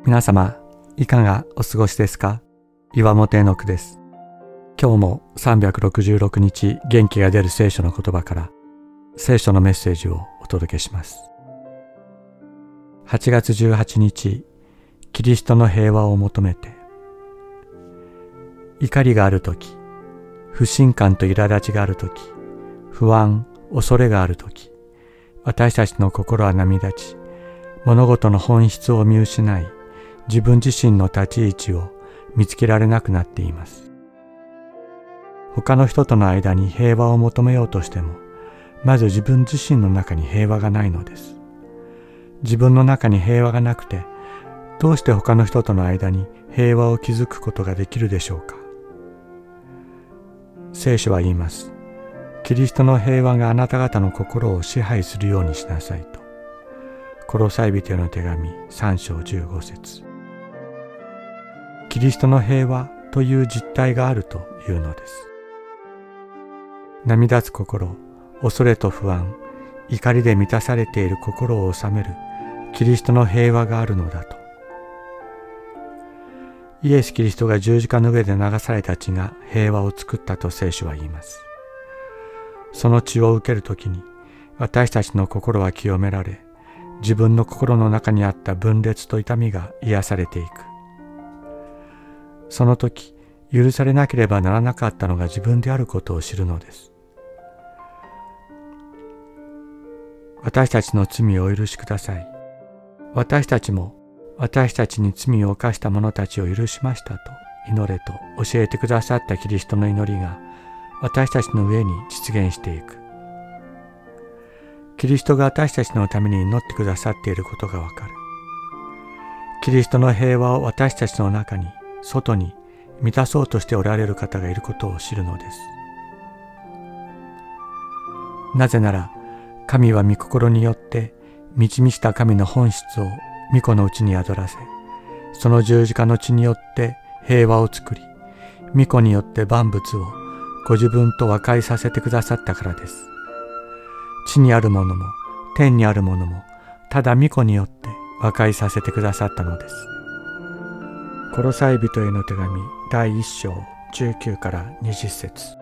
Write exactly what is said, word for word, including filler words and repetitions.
皆様いかがお過ごしですか？岩本絵の句です。今日もさんびゃくろくじゅうろくにち元気が出る聖書の言葉から聖書のメッセージをお届けします。はちがつじゅうはちにち、キリストの平和を求めて。怒りがあるとき、不信感と苛立ちがあるとき、不安、恐れがあるとき、私たちの心は波立ち、物事の本質を見失い、自分自身の立ち位置を見つけられなくなっています。他の人との間に平和を求めようとしても、まず自分自身の中に平和がないのです。自分の中に平和がなくて、どうして他の人との間に平和を築くことができるでしょうか。聖書は言います。キリストの平和があなた方の心を支配するようにしなさいと。コロサイ人への手紙さんしょうじゅうごせつ。キリストの平和という実体があるというのです。波立つ心、恐れと不安、怒りで満たされている心を治めるキリストの平和があるのだと。イエス・キリストが十字架の上で流された血が平和を作ったと聖書は言います。その血を受けるときに私たちの心は清められ、自分の心の中にあった分裂と痛みが癒されていく。その時、許されなければならなかったのが自分であることを知るのです。私たちの罪をお許しください。私たちも私たちに罪を犯した者たちを許しましたと祈れと教えてくださったキリストの祈りが私たちの上に実現していく。キリストが私たちのために祈ってくださっていることがわかる。キリストの平和を私たちの中に、外に満たそうとしておられる方がいることを知るのです。なぜなら、神は御心によって満ち満ちた神の本質を御子のうちに宿らせ、その十字架の血によって平和を作り、御子によって万物をご自分と和解させてくださったからです。地にあるものも天にあるものもただ御子によって和解させてくださったのです。コロサイ人への手紙だいいっしょうじゅうきゅうからにじゅっせつ。